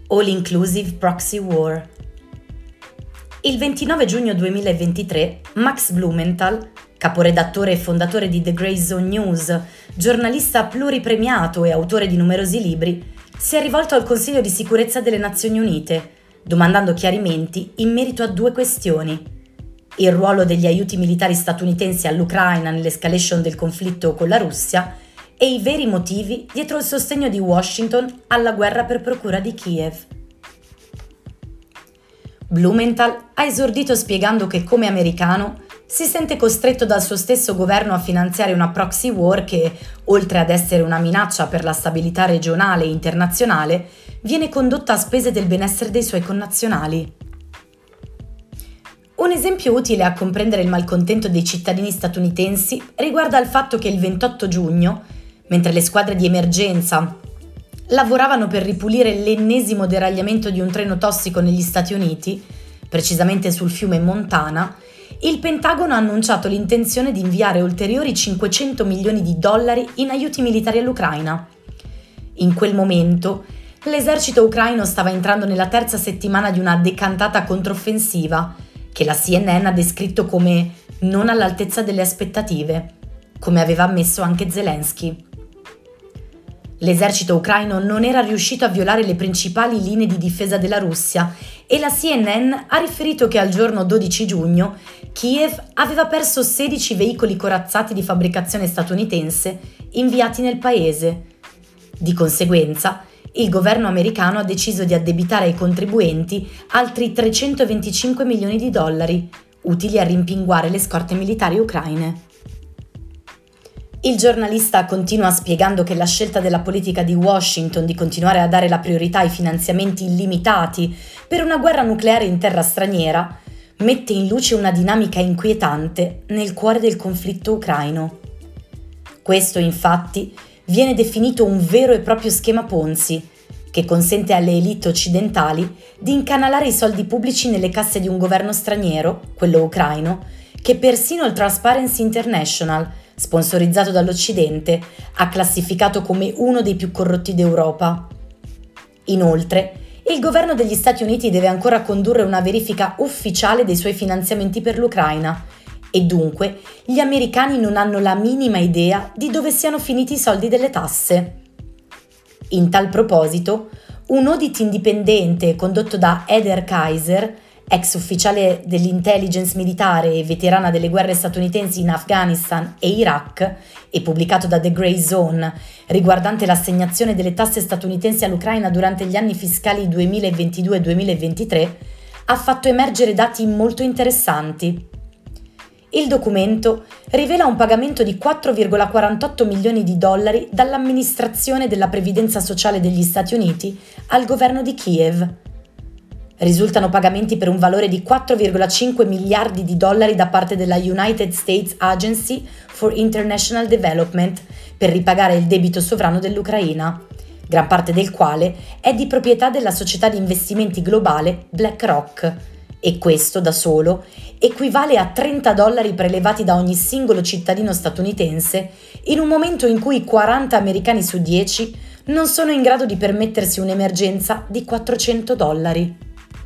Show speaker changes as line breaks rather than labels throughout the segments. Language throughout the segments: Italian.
All Inclusive Proxy War. Il 29 giugno 2023 Max Blumenthal, caporedattore e fondatore di The Grey Zone News, giornalista pluripremiato e autore di numerosi libri, si è rivolto al Consiglio di sicurezza delle Nazioni Unite, domandando chiarimenti in merito a due questioni: il ruolo degli aiuti militari statunitensi all'Ucraina nell'escalation del conflitto con la Russia e i veri motivi dietro il sostegno di Washington alla guerra per procura di Kiev. Blumenthal ha esordito spiegando che, come americano, si sente costretto dal suo stesso governo a finanziare una proxy war che, oltre ad essere una minaccia per la stabilità regionale e internazionale, viene condotta a spese del benessere dei suoi connazionali. Un esempio utile a comprendere il malcontento dei cittadini statunitensi riguarda il fatto che il 28 giugno, mentre le squadre di emergenza lavoravano per ripulire l'ennesimo deragliamento di un treno tossico negli Stati Uniti, precisamente sul fiume Montana, il Pentagono ha annunciato l'intenzione di inviare ulteriori $500 milioni in aiuti militari all'Ucraina. In quel momento, l'esercito ucraino stava entrando nella terza settimana di una decantata controffensiva, che la CNN ha descritto come non all'altezza delle aspettative, come aveva ammesso anche Zelensky. L'esercito ucraino non era riuscito a violare le principali linee di difesa della Russia e la CNN ha riferito che al giorno 12 giugno Kiev aveva perso 16 veicoli corazzati di fabbricazione statunitense inviati nel paese. Di conseguenza, il governo americano ha deciso di addebitare ai contribuenti altri $325 milioni, utili a rimpinguare le scorte militari ucraine. Il giornalista continua spiegando che la scelta della politica di Washington di continuare a dare la priorità ai finanziamenti illimitati per una guerra nucleare in terra straniera mette in luce una dinamica inquietante nel cuore del conflitto ucraino. Questo, infatti, viene definito un vero e proprio schema Ponzi, che consente alle elite occidentali di incanalare i soldi pubblici nelle casse di un governo straniero, quello ucraino, che persino il Transparency International, sponsorizzato dall'Occidente, ha classificato come uno dei più corrotti d'Europa. Inoltre, il governo degli Stati Uniti deve ancora condurre una verifica ufficiale dei suoi finanziamenti per l'Ucraina e dunque gli americani non hanno la minima idea di dove siano finiti i soldi delle tasse. In tal proposito, un audit indipendente condotto da Heather Kaiser, ex ufficiale dell'intelligence militare e veterana delle guerre statunitensi in Afghanistan e Iraq, e pubblicato da The Grey Zone, riguardante l'assegnazione delle tasse statunitensi all'Ucraina durante gli anni fiscali 2022-2023, ha fatto emergere dati molto interessanti. Il documento rivela un pagamento di $4,48 milioni dall'amministrazione della previdenza sociale degli Stati Uniti al governo di Kiev. Risultano pagamenti per un valore di $4,5 miliardi da parte della United States Agency for International Development per ripagare il debito sovrano dell'Ucraina, gran parte del quale è di proprietà della società di investimenti globale BlackRock, e questo da solo equivale a $30 prelevati da ogni singolo cittadino statunitense in un momento in cui 40 americani su 10 non sono in grado di permettersi un'emergenza di $400.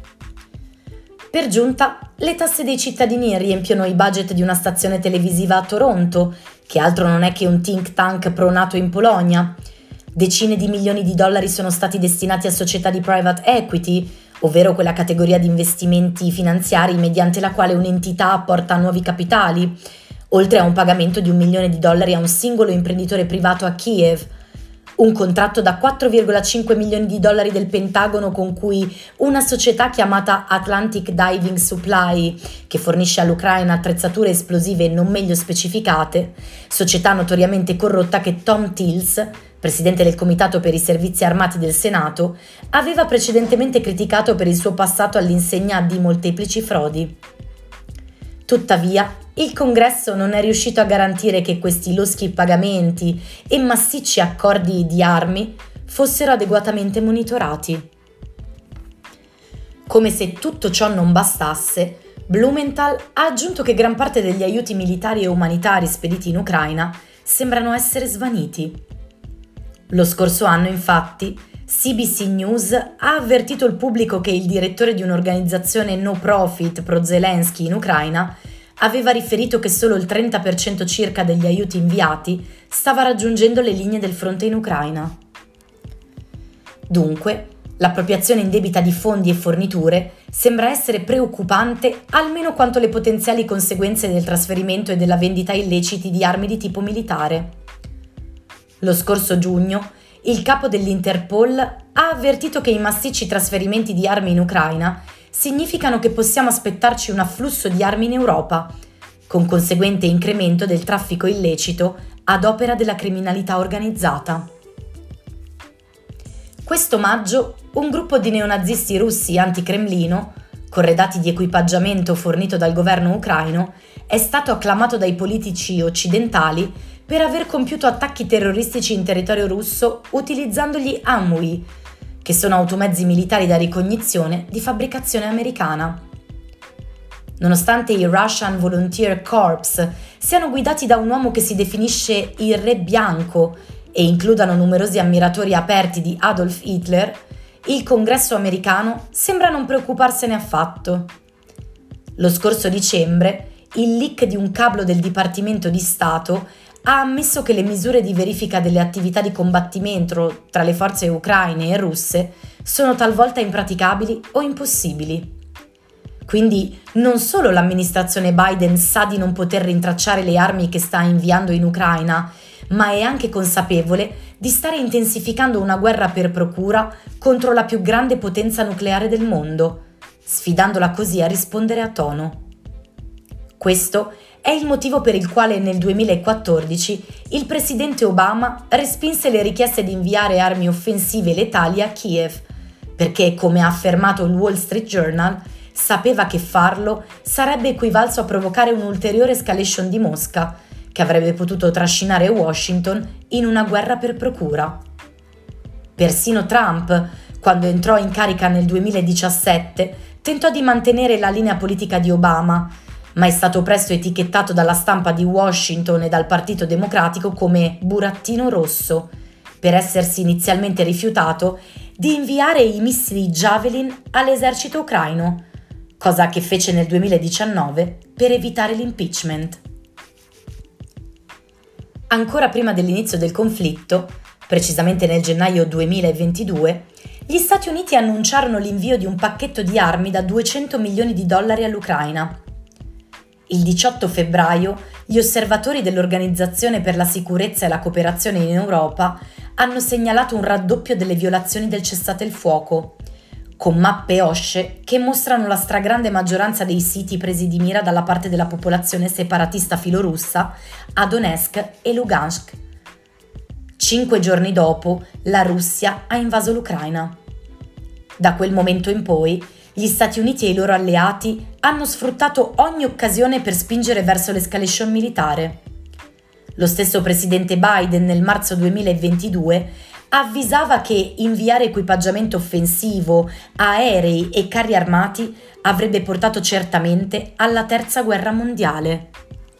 Per giunta, le tasse dei cittadini riempiono i budget di una stazione televisiva a Toronto, che altro non è che un think tank pronato in Polonia. Decine di milioni di dollari sono stati destinati a società di private equity, ovvero quella categoria di investimenti finanziari mediante la quale un'entità apporta nuovi capitali, oltre a un pagamento di $1 milione a un singolo imprenditore privato a Kiev, un contratto da $4,5 milioni del Pentagono con cui una società chiamata Atlantic Diving Supply, che fornisce all'Ucraina attrezzature esplosive non meglio specificate, società notoriamente corrotta che Tom Tillis, presidente del Comitato per i Servizi Armati del Senato, aveva precedentemente criticato per il suo passato all'insegna di molteplici frodi. Tuttavia, il Congresso non è riuscito a garantire che questi loschi pagamenti e massicci accordi di armi fossero adeguatamente monitorati. Come se tutto ciò non bastasse, Blumenthal ha aggiunto che gran parte degli aiuti militari e umanitari spediti in Ucraina sembrano essere svaniti. Lo scorso anno, infatti, CBC News ha avvertito il pubblico che il direttore di un'organizzazione no profit pro-Zelensky in Ucraina aveva riferito che solo il 30% circa degli aiuti inviati stava raggiungendo le linee del fronte in Ucraina. Dunque, l'appropriazione indebita di fondi e forniture sembra essere preoccupante almeno quanto le potenziali conseguenze del trasferimento e della vendita illeciti di armi di tipo militare. Lo scorso giugno, il capo dell'Interpol ha avvertito che i massicci trasferimenti di armi in Ucraina significano che possiamo aspettarci un afflusso di armi in Europa, con conseguente incremento del traffico illecito ad opera della criminalità organizzata. Questo maggio, un gruppo di neonazisti russi anti-Cremlino, corredati di equipaggiamento fornito dal governo ucraino, è stato acclamato dai politici occidentali per aver compiuto attacchi terroristici in territorio russo utilizzando gli Amui, che sono automezzi militari da ricognizione di fabbricazione americana. Nonostante i Russian Volunteer Corps siano guidati da un uomo che si definisce il Re Bianco e includano numerosi ammiratori aperti di Adolf Hitler, il Congresso americano sembra non preoccuparsene affatto. Lo scorso dicembre, il leak di un cablo del Dipartimento di Stato ha ammesso che le misure di verifica delle attività di combattimento tra le forze ucraine e russe sono talvolta impraticabili o impossibili. Quindi non solo l'amministrazione Biden sa di non poter rintracciare le armi che sta inviando in Ucraina, ma è anche consapevole di stare intensificando una guerra per procura contro la più grande potenza nucleare del mondo, sfidandola così a rispondere a tono. Questo è il motivo per il quale nel 2014 il presidente Obama respinse le richieste di inviare armi offensive letali a Kiev, perché, come ha affermato il Wall Street Journal, sapeva che farlo sarebbe equivalso a provocare un'ulteriore escalation di Mosca, che avrebbe potuto trascinare Washington in una guerra per procura. Persino Trump, quando entrò in carica nel 2017, tentò di mantenere la linea politica di Obama, ma è stato presto etichettato dalla stampa di Washington e dal Partito Democratico come burattino rosso, per essersi inizialmente rifiutato di inviare i missili Javelin all'esercito ucraino, cosa che fece nel 2019 per evitare l'impeachment. Ancora prima dell'inizio del conflitto, precisamente nel gennaio 2022, gli Stati Uniti annunciarono l'invio di un pacchetto di armi da $200 milioni all'Ucraina. Il 18 febbraio, gli osservatori dell'Organizzazione per la sicurezza e la cooperazione in Europa hanno segnalato un raddoppio delle violazioni del cessate il fuoco, con mappe OSCE che mostrano la stragrande maggioranza dei siti presi di mira dalla parte della popolazione separatista filorussa a Donetsk e Lugansk. 5 giorni dopo, la Russia ha invaso l'Ucraina. Da quel momento in poi, gli Stati Uniti e i loro alleati hanno sfruttato ogni occasione per spingere verso l'escalation militare. Lo stesso presidente Biden nel marzo 2022 avvisava che inviare equipaggiamento offensivo, aerei e carri armati avrebbe portato certamente alla Terza Guerra Mondiale.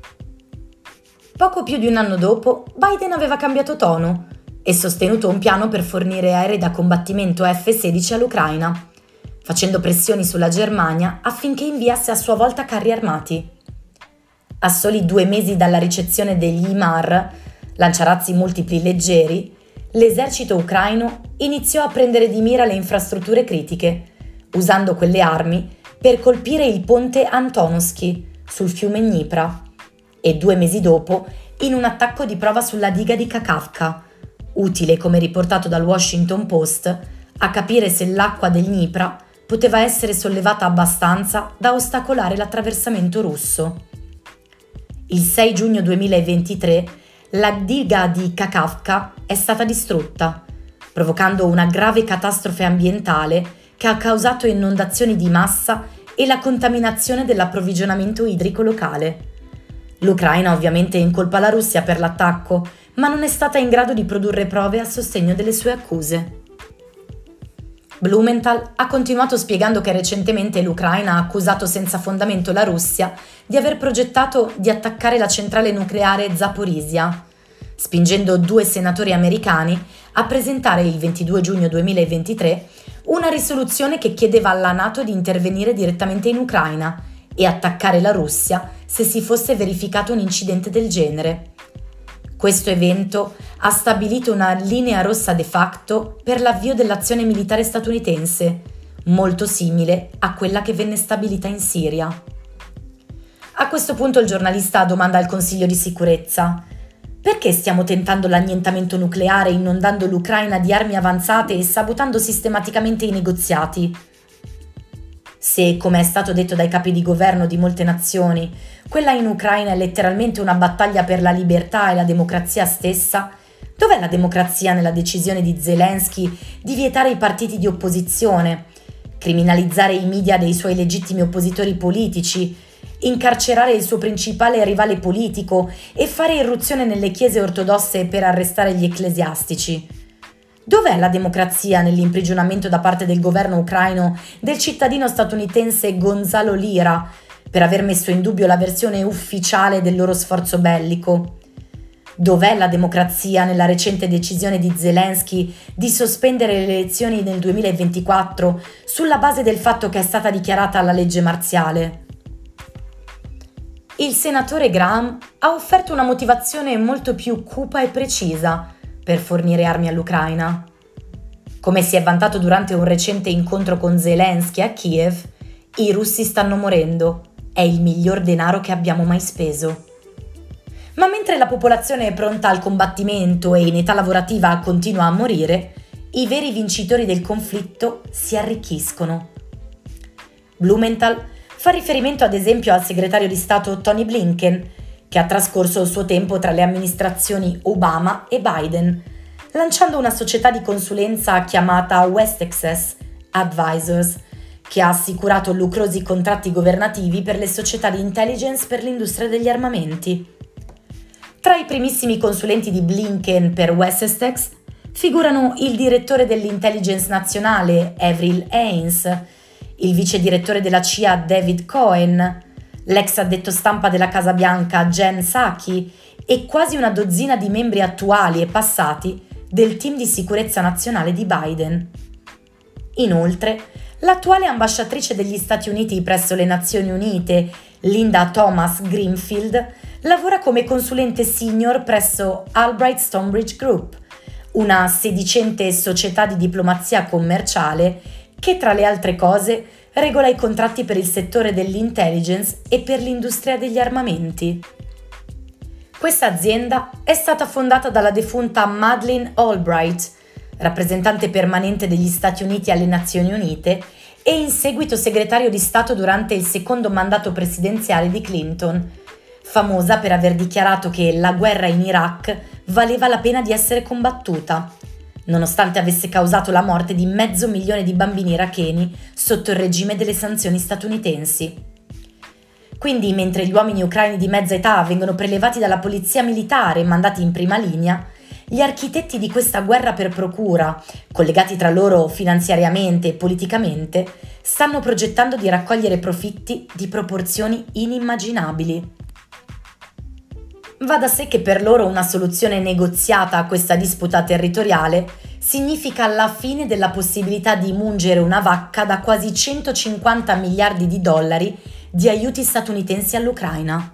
Poco più di un anno dopo, Biden aveva cambiato tono e sostenuto un piano per fornire aerei da combattimento F-16 all'Ucraina, facendo pressioni sulla Germania affinché inviasse a sua volta carri armati. A soli 2 mesi dalla ricezione degli HIMAR, lanciarazzi multipli leggeri, l'esercito ucraino iniziò a prendere di mira le infrastrutture critiche, usando quelle armi per colpire il ponte Antonovsky sul fiume Dnipra e 2 mesi dopo in un attacco di prova sulla diga di Kakhovka, utile, come riportato dal Washington Post, a capire se l'acqua del Dnipra poteva essere sollevata abbastanza da ostacolare l'attraversamento russo. Il 6 giugno 2023 la diga di Kakhovka è stata distrutta, provocando una grave catastrofe ambientale che ha causato inondazioni di massa e la contaminazione dell'approvvigionamento idrico locale. L'Ucraina ovviamente incolpa la Russia per l'attacco, ma non è stata in grado di produrre prove a sostegno delle sue accuse. Blumenthal ha continuato spiegando che recentemente l'Ucraina ha accusato senza fondamento la Russia di aver progettato di attaccare la centrale nucleare Zaporizhzhia, spingendo 2 senatori americani a presentare il 22 giugno 2023 una risoluzione che chiedeva alla NATO di intervenire direttamente in Ucraina e attaccare la Russia se si fosse verificato un incidente del genere. Questo evento ha stabilito una linea rossa de facto per l'avvio dell'azione militare statunitense, molto simile a quella che venne stabilita in Siria. A questo punto il giornalista domanda al Consiglio di sicurezza: perché stiamo tentando l'annientamento nucleare inondando l'Ucraina di armi avanzate e sabotando sistematicamente i negoziati? Se, come è stato detto dai capi di governo di molte nazioni, quella in Ucraina è letteralmente una battaglia per la libertà e la democrazia stessa, dov'è la democrazia nella decisione di Zelensky di vietare i partiti di opposizione, criminalizzare i media dei suoi legittimi oppositori politici, incarcerare il suo principale rivale politico e fare irruzione nelle chiese ortodosse per arrestare gli ecclesiastici? Dov'è la democrazia nell'imprigionamento da parte del governo ucraino del cittadino statunitense Gonzalo Lira per aver messo in dubbio la versione ufficiale del loro sforzo bellico? Dov'è la democrazia nella recente decisione di Zelensky di sospendere le elezioni nel 2024 sulla base del fatto che è stata dichiarata la legge marziale? Il senatore Graham ha offerto una motivazione molto più cupa e precisa per fornire armi all'Ucraina. Come si è vantato durante un recente incontro con Zelensky a Kiev, i russi stanno morendo, è il miglior denaro che abbiamo mai speso. Ma mentre la popolazione è pronta al combattimento e in età lavorativa continua a morire, i veri vincitori del conflitto si arricchiscono. Blumenthal fa riferimento ad esempio al segretario di Stato Tony Blinken, che ha trascorso il suo tempo tra le amministrazioni Obama e Biden, lanciando una società di consulenza chiamata West Access Advisors, che ha assicurato lucrosi contratti governativi per le società di intelligence per l'industria degli armamenti. Tra i primissimi consulenti di Blinken per West Essex figurano il direttore dell'intelligence nazionale Avril Haines, il vice direttore della CIA David Cohen, l'ex addetto stampa della Casa Bianca Jen Psaki e quasi una dozzina di membri attuali e passati del team di sicurezza nazionale di Biden. Inoltre, l'attuale ambasciatrice degli Stati Uniti presso le Nazioni Unite, Linda Thomas Greenfield, lavora come consulente senior presso Albright Stonebridge Group, una sedicente società di diplomazia commerciale che, tra le altre cose, regola i contratti per il settore dell'intelligence e per l'industria degli armamenti. Questa azienda è stata fondata dalla defunta Madeleine Albright, rappresentante permanente degli Stati Uniti alle Nazioni Unite e in seguito segretario di Stato durante il secondo mandato presidenziale di Clinton, famosa per aver dichiarato che la guerra in Iraq valeva la pena di essere combattuta, nonostante avesse causato la morte di 500.000 di bambini iracheni sotto il regime delle sanzioni statunitensi. Quindi, mentre gli uomini ucraini di mezza età vengono prelevati dalla polizia militare e mandati in prima linea, gli architetti di questa guerra per procura, collegati tra loro finanziariamente e politicamente, stanno progettando di raccogliere profitti di proporzioni inimmaginabili. Va da sé che per loro una soluzione negoziata a questa disputa territoriale significa la fine della possibilità di mungere una vacca da quasi 150 miliardi di dollari di aiuti statunitensi all'Ucraina.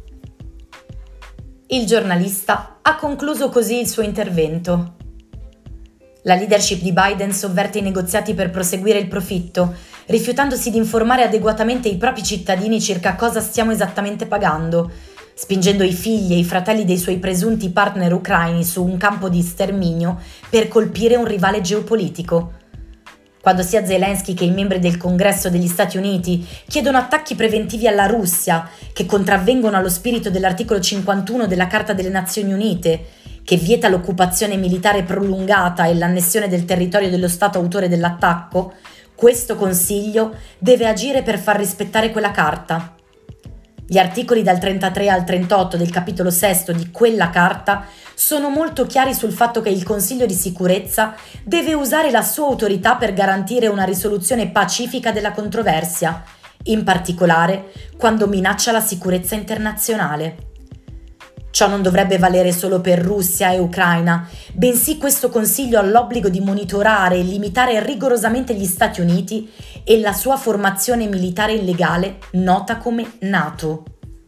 Il giornalista ha concluso così il suo intervento. La leadership di Biden sovverte i negoziati per proseguire il profitto, rifiutandosi di informare adeguatamente i propri cittadini circa cosa stiamo esattamente pagando, spingendo i figli e i fratelli dei suoi presunti partner ucraini su un campo di sterminio per colpire un rivale geopolitico. Quando sia Zelensky che i membri del Congresso degli Stati Uniti chiedono attacchi preventivi alla Russia che contravvengono allo spirito dell'articolo 51 della Carta delle Nazioni Unite, che vieta l'occupazione militare prolungata e l'annessione del territorio dello Stato autore dell'attacco, questo Consiglio deve agire per far rispettare quella Carta. Gli articoli dal 33 al 38 del capitolo sesto di quella Carta sono molto chiari sul fatto che il Consiglio di sicurezza deve usare la sua autorità per garantire una risoluzione pacifica della controversia, in particolare quando minaccia la sicurezza internazionale. Ciò non dovrebbe valere solo per Russia e Ucraina, bensì questo Consiglio ha l'obbligo di monitorare e limitare rigorosamente gli Stati Uniti e la sua formazione militare illegale, nota come NATO.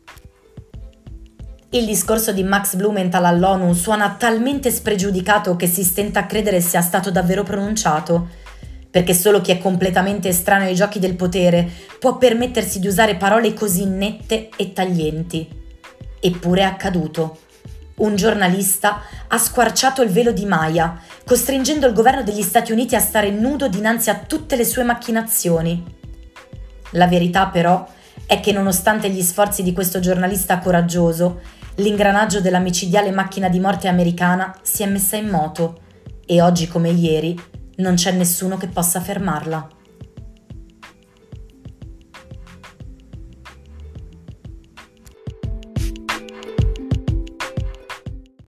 Il discorso di Max Blumenthal all'ONU suona talmente spregiudicato che si stenta a credere sia stato davvero pronunciato, perché solo chi è completamente estraneo ai giochi del potere può permettersi di usare parole così nette e taglienti. Eppure è accaduto. Un giornalista ha squarciato il velo di Maya, costringendo il governo degli Stati Uniti a stare nudo dinanzi a tutte le sue macchinazioni. La verità però è che nonostante gli sforzi di questo giornalista coraggioso, l'ingranaggio della micidiale macchina di morte americana si è messa in moto e oggi come ieri non c'è nessuno che possa fermarla.